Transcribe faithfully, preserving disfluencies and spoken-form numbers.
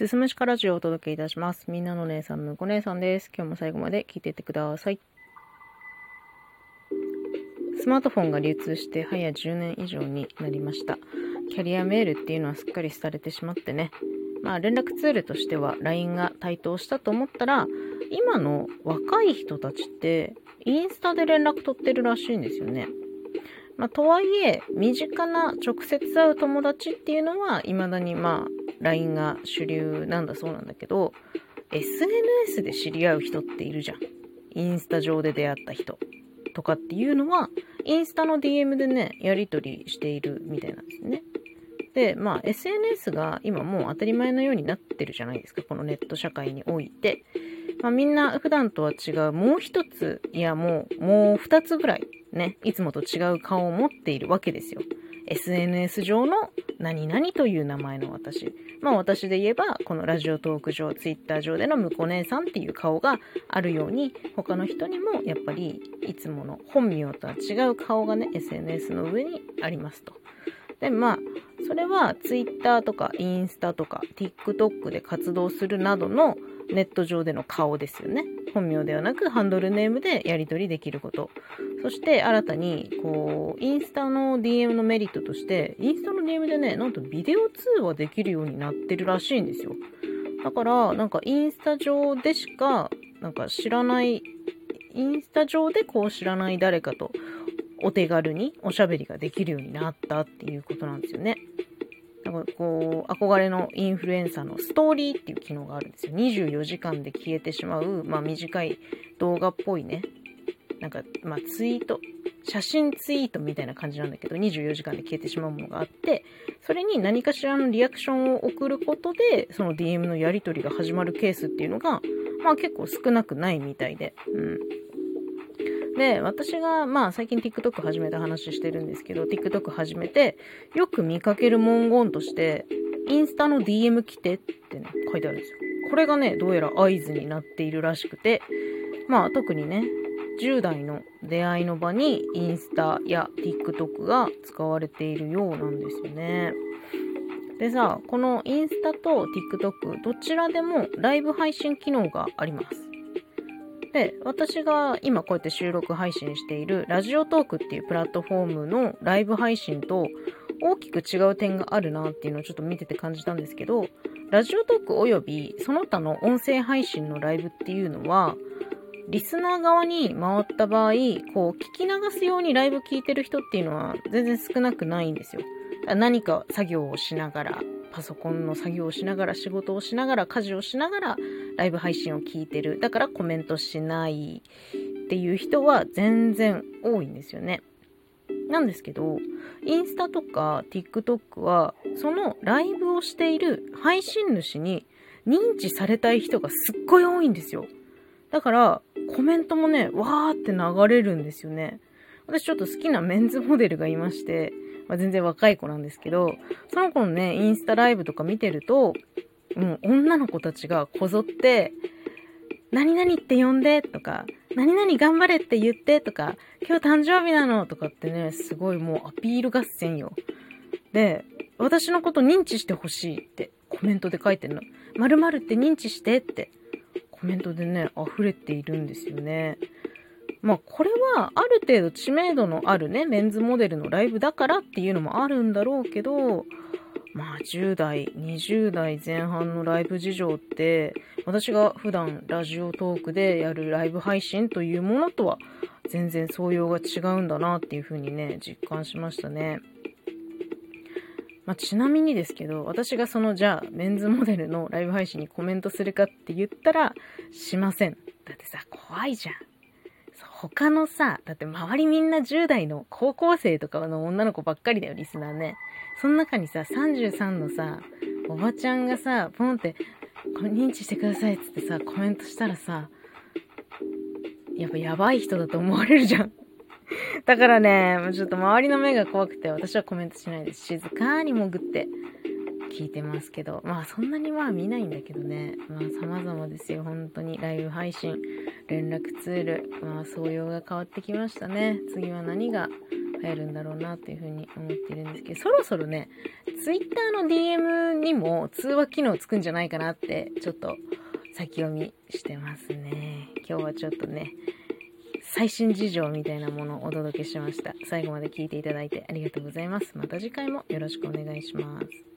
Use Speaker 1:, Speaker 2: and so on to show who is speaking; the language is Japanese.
Speaker 1: すすむしかラジオをお届けいたします。みんなの姉さん、むこ姉さんです。今日も最後まで聞いていってください。スマートフォンが流通して早じゅうねん以上になりました。キャリアメールっていうのはすっかり廃れてしまってね。まあ連絡ツールとしては ライン が台頭したと思ったら、今の若い人たちってインスタで連絡取ってるらしいんですよね。まあ、とはいえ、身近な直接会う友達っていうのは未だにまあ ライン が主流なんだそうなんだけど、 エスエヌエス で知り合う人っているじゃん。インスタ上で出会った人とかっていうのはインスタの ディーエム でねやり取りしているみたいなんですね。でまあ エスエヌエス が今もう当たり前のようになってるじゃないですか、このネット社会において。まあ、みんな普段とは違うもう一つ、いやもうもう二つぐらいね、いつもと違う顔を持っているわけですよ。 エスエヌエス 上の何々という名前の私。まあ私で言えばこのラジオトーク上、ツイッター上でのむこ姉さんっていう顔があるように、他の人にもやっぱりいつもの本名とは違う顔がね エスエヌエス の上にありますと。でまあそれは Twitter とかインスタとか TikTok で活動するなどのネット上での顔ですよね。本名ではなくハンドルネームでやり取りできること。そして新たにこうインスタの ディーエム のメリットとして、インスタの ディーエム でねなんとビデオ通話できるようになってるらしいんですよ。だからなんかインスタ上でしかなんか知らない、インスタ上でこう知らない誰かとお手軽におしゃべりができるようになったっていうことなんですよね。なんかこう憧れのインフルエンサーのストーリーっていう機能があるんですよ。にじゅうよじかんで消えてしまう、まあ、短い動画っぽいね、なんかまあツイート、写真ツイートみたいな感じなんだけど、にじゅうよじかんで消えてしまうものがあって、それに何かしらのリアクションを送ることでその ディーエム のやり取りが始まるケースっていうのがまあ結構少なくないみたいで、うんで、私が、まあ最近 TikTok 始めた話してるんですけど、TikTok 始めて、よく見かける文言として、インスタの ディーエム 来てってね、書いてあるんですよ。これがね、どうやら合図になっているらしくて、まあ特にね、じゅう代の出会いの場にインスタや TikTok が使われているようなんですよね。でさ、このインスタと TikTok、どちらでもライブ配信機能があります。で、私が今こうやって収録配信しているラジオトークっていうプラットフォームのライブ配信と大きく違う点があるなっていうのをちょっと見てて感じたんですけど、ラジオトークおよびその他の音声配信のライブっていうのは、リスナー側に回った場合、こう聞き流すようにライブ聞いてる人っていうのは全然少なくないんですよ。何か作業をしながら、パソコンの作業をしながら、仕事をしながら、家事をしながらライブ配信を聞いてる。だからコメントしないっていう人は全然多いんですよね。なんですけど、インスタとか TikTok はそのライブをしている配信主に認知されたい人がすっごい多いんですよ。だからコメントもね、わーって流れるんですよね。私ちょっと好きなメンズモデルがいまして、まあ、全然若い子なんですけど、その子のね、インスタライブとか見てると、もう女の子たちがこぞって、何々って呼んでとか、何々頑張れって言ってとか、今日誕生日なのとかってね、すごいもうアピール合戦よ。で、私のこと認知してほしいってコメントで書いてるの。〇〇って認知してってコメントでね、溢れているんですよね。まあこれはある程度知名度のあるね、メンズモデルのライブだからっていうのもあるんだろうけど、まあじゅう代、にじゅう代前半のライブ事情って、私が普段ラジオトークでやるライブ配信というものとは全然相様が違うんだなっていう風にね、実感しましたね。まあ、ちなみにですけど、私がそのじゃあメンズモデルのライブ配信にコメントするかって言ったらしません。だってさ、怖いじゃん。他のさ、だって周りみんなじゅう代の高校生とかの女の子ばっかりだよ、リスナーね。その中にさ、さんじゅうさんのさ、おばちゃんがさ、ポンって、これ認知してくださいっつってさ、コメントしたらさ、やっぱやばい人だと思われるじゃん。だからね、ちょっと周りの目が怖くて、私はコメントしないです。静かに潜って聞いてますけど、まあそんなにまあ見ないんだけどね。まあ様々ですよ、本当に。ライブ配信、連絡ツール、まあ相様が変わってきましたね。次は何が流行るんだろうなっていうふうに思っているんですけど、そろそろね、Twitter の ディーエム にも通話機能つくんじゃないかなって、ちょっと先読みしてますね。今日はちょっとね、最新事情みたいなものをお届けしました。最後まで聞いていただいてありがとうございます。また次回もよろしくお願いします。